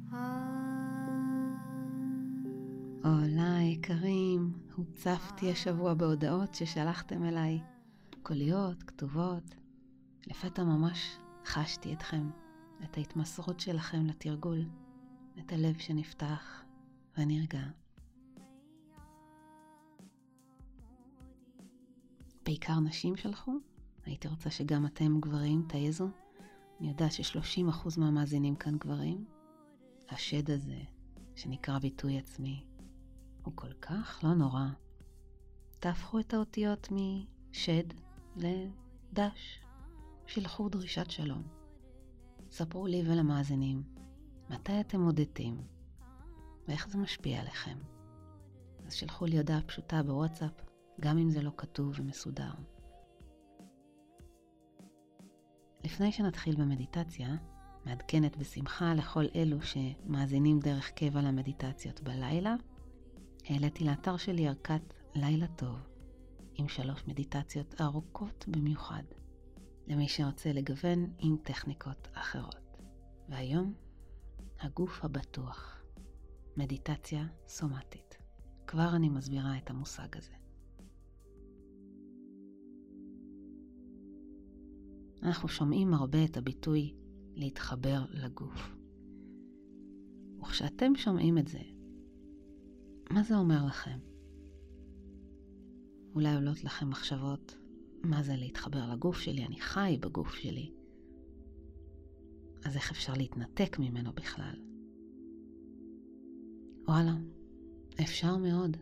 הולה יקרים, הוצפתי השבוע בהודעות ששלחתם אליי, קוליות, כתובות. לפתע ממש חשתי אתכם, את ההתמסרות שלכם לתרגול, את הלב שנפתח ונרגע. בעיקר נשים שלחו, הייתי רוצה שגם אתם גברים תעזו. אני יודעת ש30% מהמאזינים כאן גברים. השד הזה, שנקרא ביטוי עצמי, הוא כל כך לא נורא. תהפכו את האותיות משד לדש. שלחו דרישת שלום. ספרו לי ולמאזינים מתי אתם מודדים ואיך זה משפיע עליכם. אז שלחו לי הודעה פשוטה בוואטסאפ, גם אם זה לא כתוב ומסודר. לפני שנתחיל במדיטציה, מעדכנת בשמחה לכל אלו שמאזינים דרך קבע למדיטציות בלילה, העליתי לאתר שלי ערכת לילה טוב, עם 3 מדיטציות ארוכות במיוחד, למי שרוצה לגוון עם טכניקות אחרות. והיום, הגוף הבטוח, מדיטציה סומטית. כבר אני מסבירה את המושג הזה. אנחנו שומעים הרבה את הביטוי להתחבר לגוף. וכשאתם שומעים את זה, מה זה אומר לכם? אולי עולות לכם מחשבות, מה זה להתחבר לגוף שלי? אני חי בגוף שלי. אז איך אפשר להתנתק ממנו בכלל? וואלה, אפשר מאוד.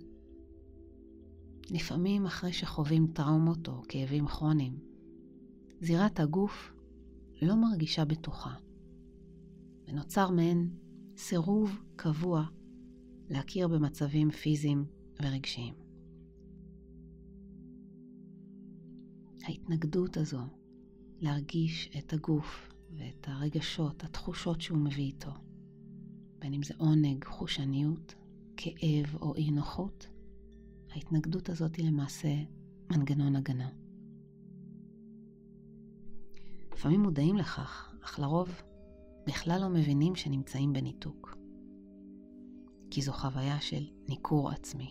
לפעמים אחרי שחווים טראומות או כאבים כרוניים, זירת הגוף לא מרגישה בטוחה, ונוצר מעין סירוב קבוע להכיר במצבים פיזיים ורגשיים. ההתנגדות הזו להרגיש את הגוף ואת הרגשות, התחושות שהוא מביא איתו, בין אם זה עונג, חושניות, כאב או אי נוחות, ההתנגדות הזאת היא למעשה מנגנון הגנה. לפעמים מודעים לכך, אך לרוב בכלל לא מבינים שנמצאים בניתוק. כי זו חוויה של ניכור עצמי.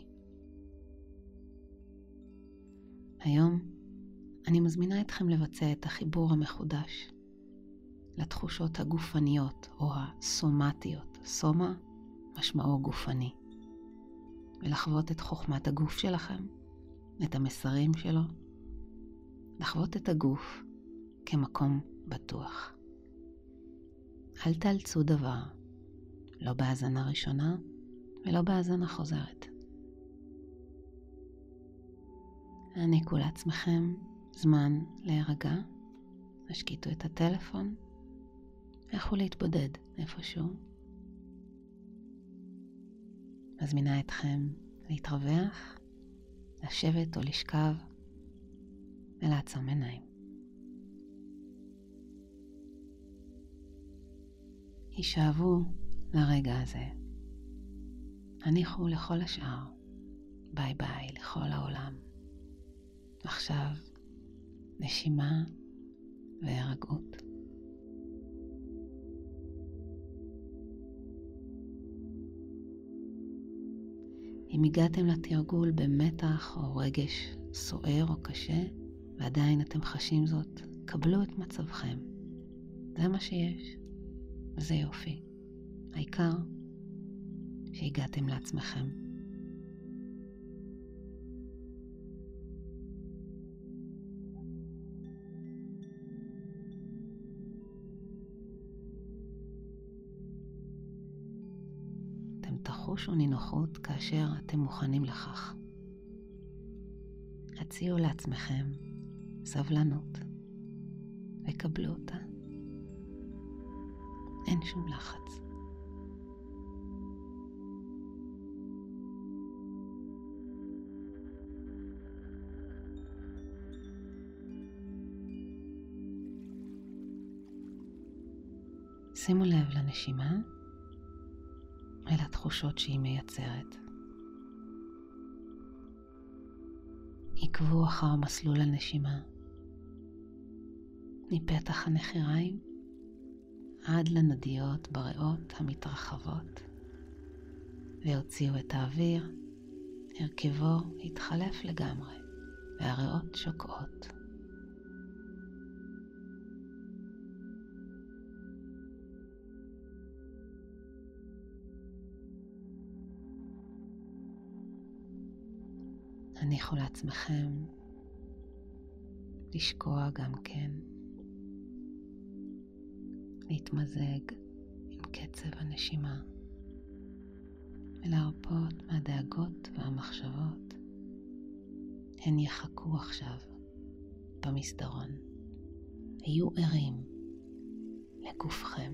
היום אני מזמינה אתכם לבצע את החיבור המחודש לתחושות הגופניות או הסומטיות. סומה משמעו גופני. ולחוות את חוכמת הגוף שלכם, את המסרים שלו. לחוות את הגוף כמקום בטוח. אל תאלצו דבר, לא בהאזנה ראשונה ולא בהאזנה חוזרת. העניקו לעצמכם זמן להירגע, השקיטו את הטלפון, לכו להתבודד איפשהו. מזמינה אתכם להתרווח, לשבת או לשכב ולעצום עיניים. הישאבו לרגע הזה. הניחו לכל השאר. ביי ביי לכל העולם. עכשיו נשימה והירגעות. אם הגעתם לתרגול במתח או רגש סוער או קשה, ועדיין אתם חשים זאת, קבלו את מצבכם. זה מה שיש. וזה יופי. העיקר שהגעתם לעצמכם. אתם תחושו נינוחות כאשר אתם מוכנים לכך. הציעו לעצמכם סבלנות וקבלו אותה. אין שום לחץ. שימו לב לנשימה ולתחושות שהיא מייצרת. עקבו אחר מסלול הנשימה מפתח הנחיריים עד לנדיות בריאות המתרחבות והוציאו את האוויר. הרכבו התחלף לגמרי והריאות שוקעות. הניחו לעצמכם לשקוע גם כן, להתמזג עם קצב הנשימה ולהרפות מהדאגות והמחשבות. הן יחכו עכשיו במסדרון. היו ערים לגופכם.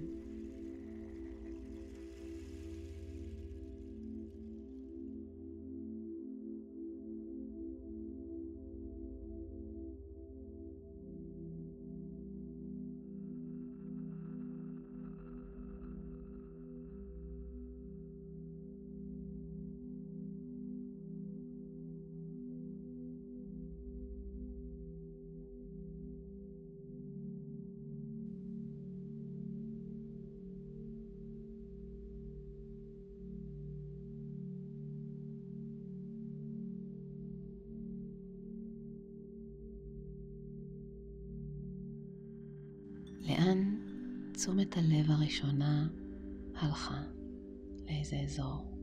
לאן תשומת הלב הראשונה הלכה? לאיזה אזור?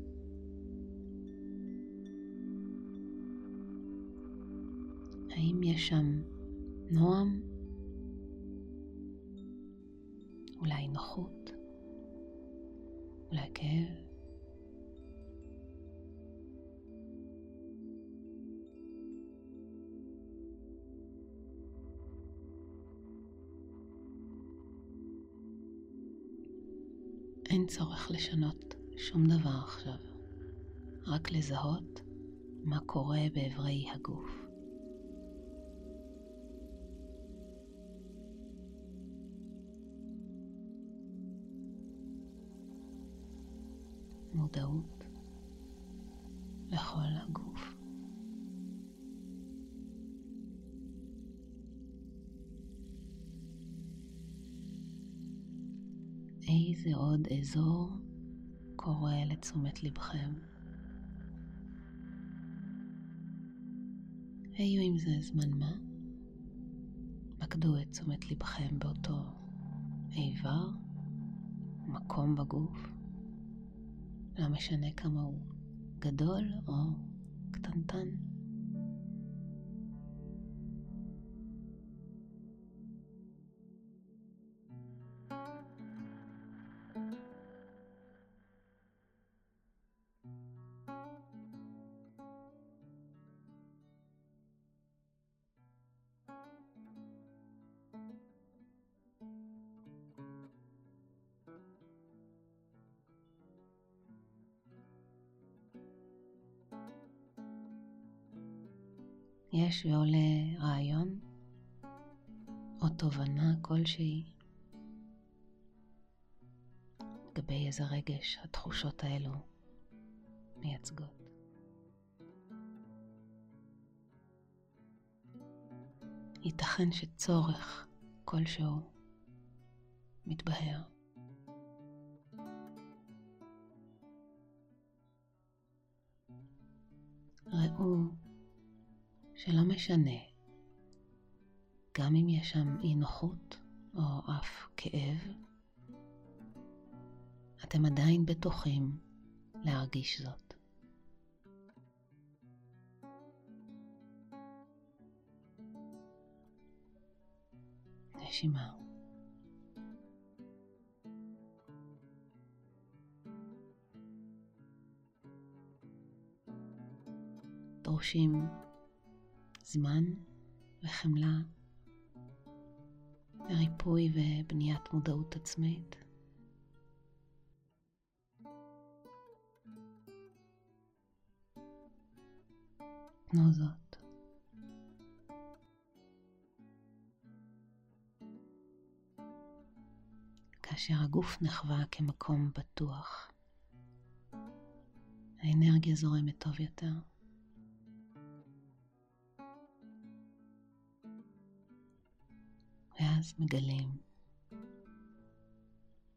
האם יש שם נועם? אולי נוחות? אולי כאב? אין צורך לשנות שום דבר עכשיו, רק לזהות מה קורה בעברי הגוף. מודעות לכל הגוף. איזה עוד אזור קורא לתשומת לבכם? היו עם זה זמן מה? מקדו את תשומת לבכם באותו איבר, מקום בגוף. לא משנה כמה הוא גדול או קטנטן. יש ועולה רעיון או תובנה כלשהי לגבי איזה רגש התחושות האלו מייצגות. ייתכן שצורך כלשהו מתבהר. ראו שלא משנה, גם אם יש שם אי נוחות או אף כאב, אתם עדיין בטוחים להרגיש זאת. נשימה. דורשים זמן וחמלה וריפוי ובניית מודעות עצמית. תנו זאת. כאשר הגוף נחווה כמקום בטוח, האנרגיה זורמת טוב יותר. ואז מגלים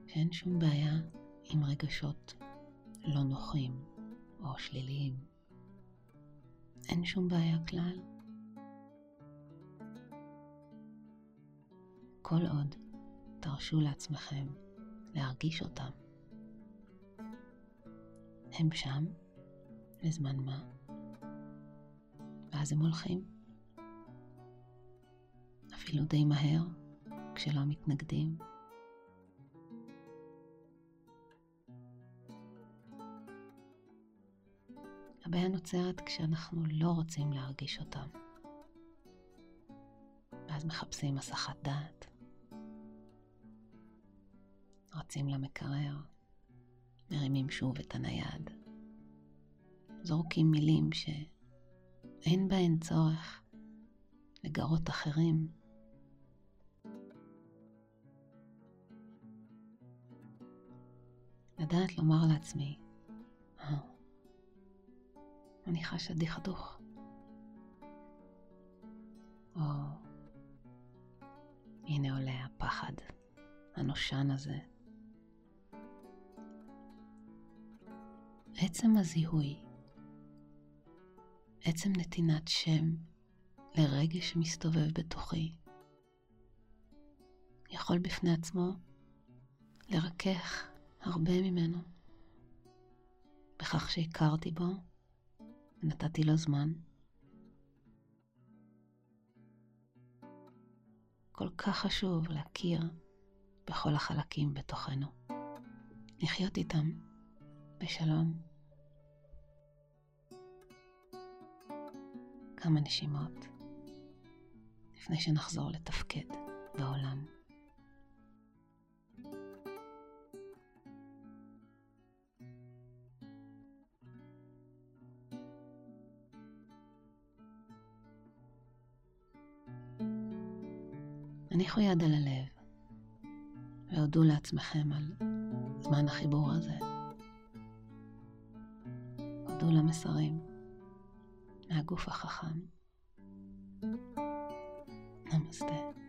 שאין שום בעיה עם רגשות לא נוחים או שליליים. אין שום בעיה כלל. כל עוד תרשו לעצמכם להרגיש אותם. הם שם לזמן מה, ואז הם הולכים. אפילו די מהר, כשלא מתנגדים. הבעיה נוצרת כשאנחנו לא רוצים להרגיש אותם. ואז מחפשים הסחת דעת. רצים למקרר, מרימים שוב את הנייד. זורקים מילים שאין בהן צורך לגרות אחרים. לדעת לומר לעצמי, אני חשה דכדוך. או הנה עולה הפחד הנושן הזה. עצם הזיהוי, עצם נתינת שם לרגש שמסתובב בתוכי, יכול בפני עצמו לרכך הרבה ממנו, בכך שהכרתי בו ונתתי לו זמן. כל כך חשוב להכיר בכל החלקים בתוכנו, לחיות איתם בשלום. כמה נשימות לפני שנחזור לתפקד בעולם. הניחו יד על הלב והודו לעצמכם על זמן החיבור הזה. הודו למסרים מהגוף החכם. נמסטה.